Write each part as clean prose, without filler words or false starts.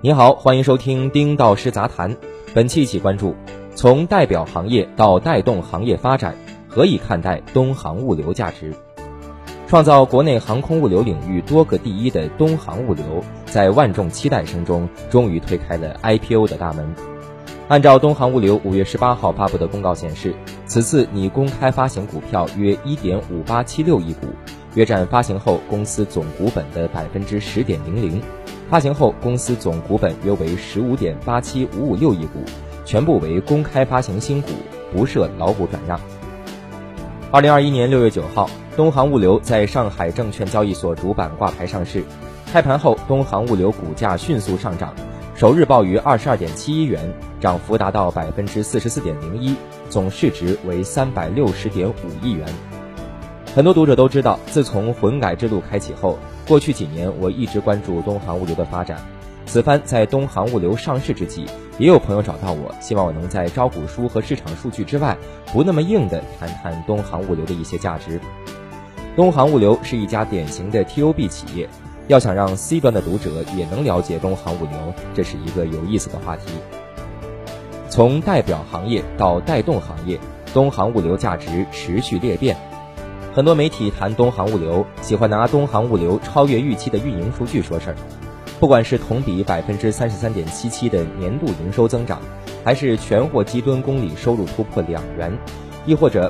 你好，欢迎收听丁道师杂谈。本期一起关注，从代表行业到带动行业发展，何以看待东航物流价值？创造国内航空物流领域多个第一的东航物流，在万众期待声中，终于推开了 IPO 的大门。按照东航物流5月18号发布的公告显示，此次拟公开发行股票约 1.5876 亿股，约占发行后公司总股本的 10.00%， 发行后公司总股本约为 15.87556 亿股，全部为公开发行新股，不设老股转让。2021年6月9号，东航物流在上海证券交易所主板挂牌上市，开盘后东航物流股价迅速上涨，首日报于 22.71 元，涨幅达到 44.01%， 总市值为 360.5 亿元。很多读者都知道，自从混改之路开启后，过去几年我一直关注东航物流的发展。此番在东航物流上市之际，也有朋友找到我，希望我能在招股书和市场数据之外，不那么硬的谈谈东航物流的一些价值。东航物流是一家典型的 TOB 企业，要想让 C 端的读者也能了解东航物流，这是一个有意思的话题。从代表行业到带动行业，东航物流价值持续裂变。很多媒体谈东航物流，喜欢拿东航物流超越预期的运营数据说事儿。不管是同比 33.77% 的年度营收增长，还是全货基吨公里收入突破2元，亦或者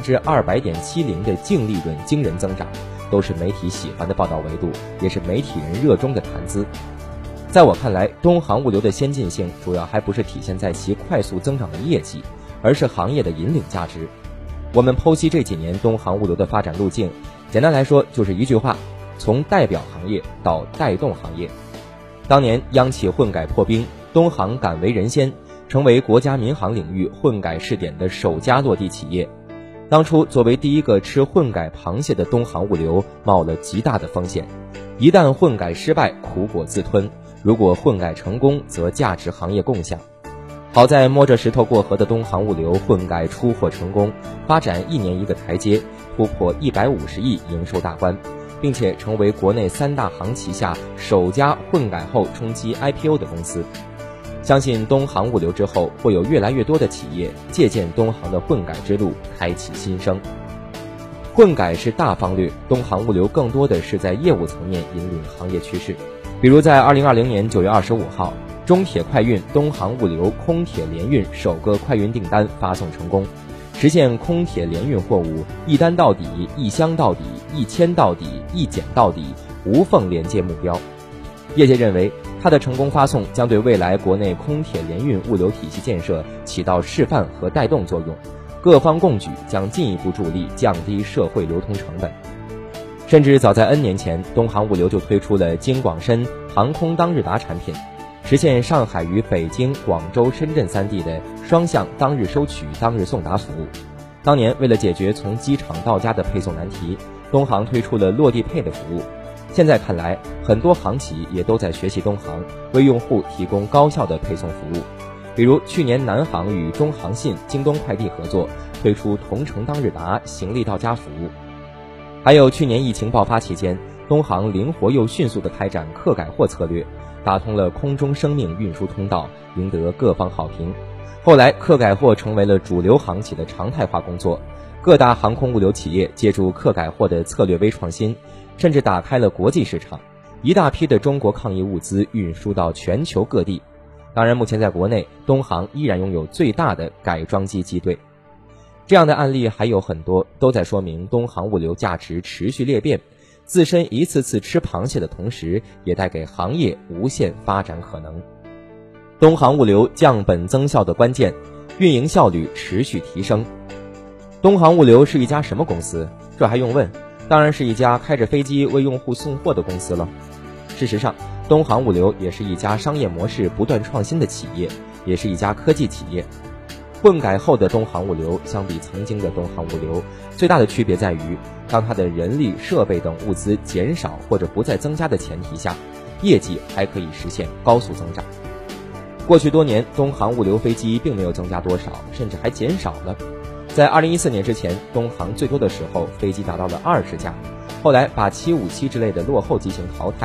200.70% 的净利润惊人增长，都是媒体喜欢的报道维度，也是媒体人热衷的谈资。在我看来，东航物流的先进性主要还不是体现在其快速增长的业绩，而是行业的引领价值。我们剖析这几年东航物流的发展路径，简单来说就是一句话：从代表行业到带动行业。当年央企混改破冰，东航敢为人先，成为国家民航领域混改试点的首家落地企业。当初作为第一个吃混改螃蟹的东航物流冒了极大的风险，一旦混改失败，苦果自吞；如果混改成功，则价值行业共享。好在摸着石头过河的东航物流混改出货成功，发展一年一个台阶，突破150亿营收大关，并且成为国内3大行旗下首家混改后冲击 IPO 的公司。相信东航物流之后，会有越来越多的企业借鉴东航的混改之路，开启新生。混改是大方略，东航物流更多的是在业务层面引领行业趋势。比如在2020年9月25号，中铁快运东航物流空铁联运首个快运订单发送成功，实现空铁联运货物一单到底、一箱到底、一签到底、一检到底，无缝连接目标。业界认为，它的成功发送将对未来国内空铁联运物流体系建设起到示范和带动作用，各方共举将进一步助力降低社会流通成本。甚至早在 N 年前，东航物流就推出了京广深航空当日达产品，实现上海与北京、广州、深圳3地的双向当日收取、当日送达服务。当年为了解决从机场到家的配送难题，东航推出了落地配的服务。现在看来，很多航企也都在学习东航，为用户提供高效的配送服务。比如去年南航与中航信、京东快递合作，推出同城当日达行李到家服务。还有去年疫情爆发期间，东航灵活又迅速地开展客改货策略，打通了空中生命运输通道，赢得各方好评。后来客改货成为了主流航企的常态化工作，各大航空物流企业借助客改货的策略微创新，甚至打开了国际市场，一大批的中国抗疫物资运输到全球各地。当然目前在国内，东航依然拥有最大的改装机机队。这样的案例还有很多，都在说明东航物流价值持续裂变，自身一次次吃螃蟹的同时，也带给行业无限发展可能。东航物流降本增效的关键，运营效率持续提升。东航物流是一家什么公司？这还用问？当然是一家开着飞机为用户送货的公司了。事实上，东航物流也是一家商业模式不断创新的企业，也是一家科技企业。混改后的东航物流相比曾经的东航物流，最大的区别在于，当它的人力、设备等物资减少或者不再增加的前提下，业绩还可以实现高速增长。过去多年，东航物流飞机并没有增加多少，甚至还减少了。在2014年之前，东航最多的时候飞机达到了20架，后来把757之类的落后机型淘汰，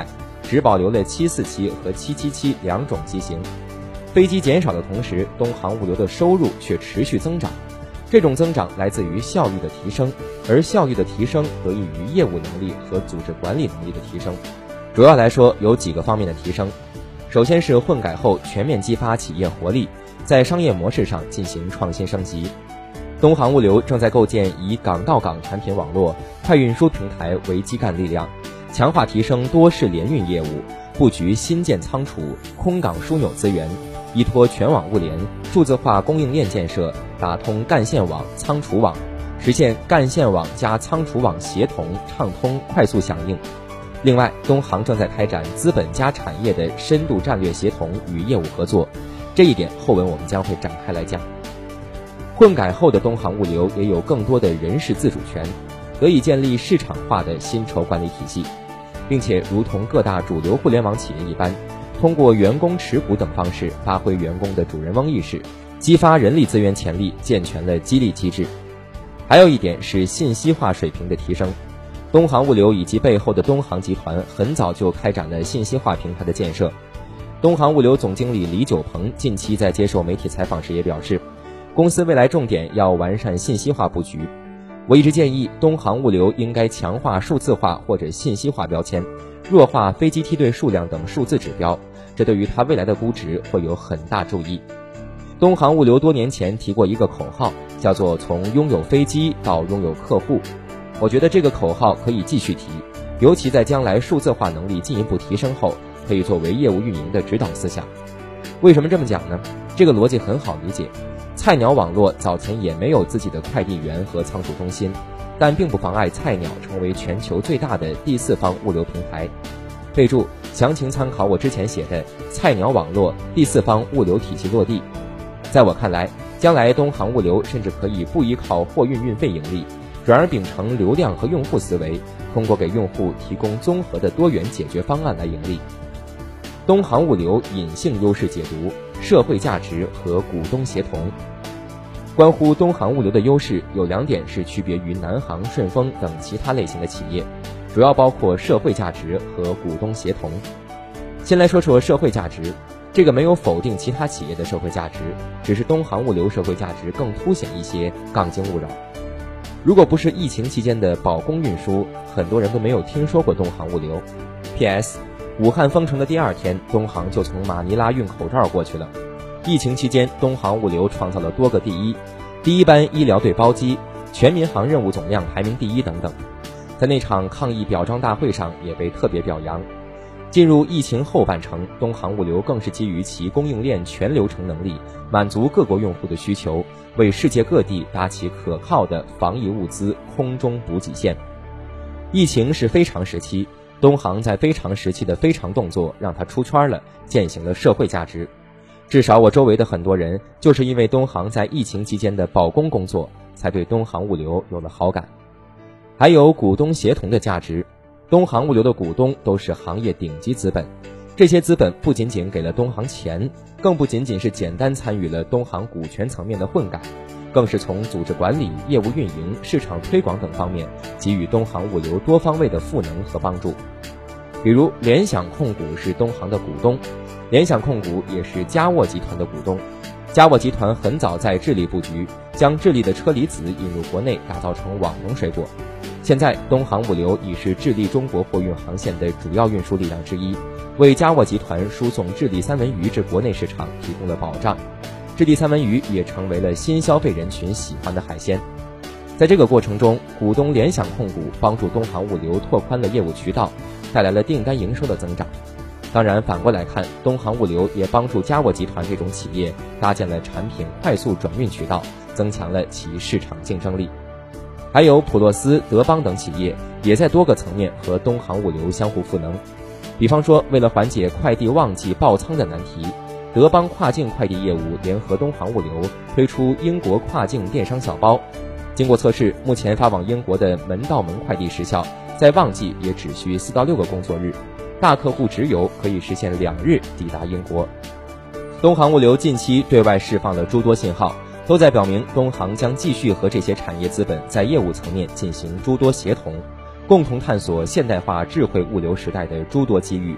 只保留了747和777两种机型。飞机减少的同时，东航物流的收入却持续增长。这种增长来自于效率的提升，而效率的提升得益于业务能力和组织管理能力的提升。主要来说有几个方面的提升。首先是混改后全面激发企业活力，在商业模式上进行创新升级。东航物流正在构建以港到港产品网络、快运输平台为基干力量，强化提升多式联运业务，布局新建仓储、空港枢纽资源，依托全网物联、数字化供应链建设，打通干线网、仓储网，实现干线网加仓储网协同、畅通、快速响应。另外，东航正在开展资本加产业的深度战略协同与业务合作，这一点后文我们将会展开来讲。混改后的东航物流也有更多的人事自主权，得以建立市场化的薪酬管理体系，并且如同各大主流互联网企业一般，通过员工持股等方式发挥员工的主人翁意识，激发人力资源潜力，健全了激励机制。还有一点是信息化水平的提升。东航物流以及背后的东航集团很早就开展了信息化平台的建设。东航物流总经理李九鹏近期在接受媒体采访时也表示，公司未来重点要完善信息化布局。我一直建议东航物流应该强化数字化或者信息化标签，弱化飞机梯队数量等数字指标，这对于它未来的估值会有很大助益。东航物流多年前提过一个口号，叫做从拥有飞机到拥有客户。我觉得这个口号可以继续提，尤其在将来数字化能力进一步提升后，可以作为业务运营的指导思想。为什么这么讲呢？这个逻辑很好理解。菜鸟网络早前也没有自己的快递员和仓储中心，但并不妨碍菜鸟成为全球最大的第四方物流平台。备注：详情参考我之前写的菜鸟网络第四方物流体系落地。在我看来，将来东航物流甚至可以不依靠货运运费盈利，转而秉承流量和用户思维，通过给用户提供综合的多元解决方案来盈利。东航物流隐性优势解读、社会价值和股东协同。关乎东航物流的优势有2点是区别于南航、顺丰等其他类型的企业，主要包括社会价值和股东协同。先来说说社会价值，这个没有否定其他企业的社会价值，只是东航物流社会价值更凸显一些，杠精勿扰。如果不是疫情期间的保供运输，很多人都没有听说过东航物流。PS， 武汉封城的第2天，东航就从马尼拉运口罩过去了。疫情期间，东航物流创造了多个第一，第一班医疗队包机，全民航任务总量排名第1等等。在那场抗疫表彰大会上也被特别表扬。进入疫情后半程，东航物流更是基于其供应链全流程能力，满足各国用户的需求，为世界各地搭起可靠的防疫物资空中补给线。疫情是非常时期，东航在非常时期的非常动作让它出圈了，践行了社会价值。至少我周围的很多人就是因为东航在疫情期间的保供工作，才对东航物流有了好感。还有股东协同的价值，东航物流的股东都是行业顶级资本，这些资本不仅仅给了东航钱，更不仅仅是简单参与了东航股权层面的混改，更是从组织管理、业务运营、市场推广等方面给予东航物流多方位的赋能和帮助。比如联想控股是东航的股东，联想控股也是嘉沃集团的股东。嘉沃集团很早在智利布局，将智利的车厘子引入国内，打造成网红水果。现在东航物流已是智利中国货运航线的主要运输力量之一，为嘉沃集团输送智利三文鱼至国内市场提供了保障。智利三文鱼也成为了新消费人群喜欢的海鲜。在这个过程中，股东联想控股帮助东航物流拓宽了业务渠道，带来了订单营收的增长。当然反过来看，东航物流也帮助嘉沃集团这种企业搭建了产品快速转运渠道，增强了其市场竞争力。还有普洛斯、德邦等企业也在多个层面和东航物流相互赋能。比方说，为了缓解快递旺季爆仓的难题，德邦跨境快递业务联合东航物流推出英国跨境电商小包。经过测试，目前发往英国的门到门快递时效在旺季也只需4到6个工作日，大客户直邮可以实现2日抵达英国。东航物流近期对外释放了诸多信号，都在表明东航将继续和这些产业资本在业务层面进行诸多协同，共同探索现代化智慧物流时代的诸多机遇，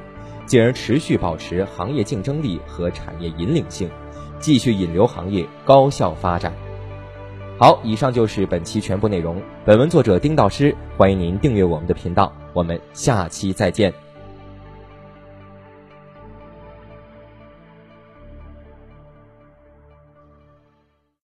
进而持续保持行业竞争力和产业引领性，继续引流行业高效发展。好，以上就是本期全部内容。本文作者丁道师，欢迎您订阅我们的频道，我们下期再见。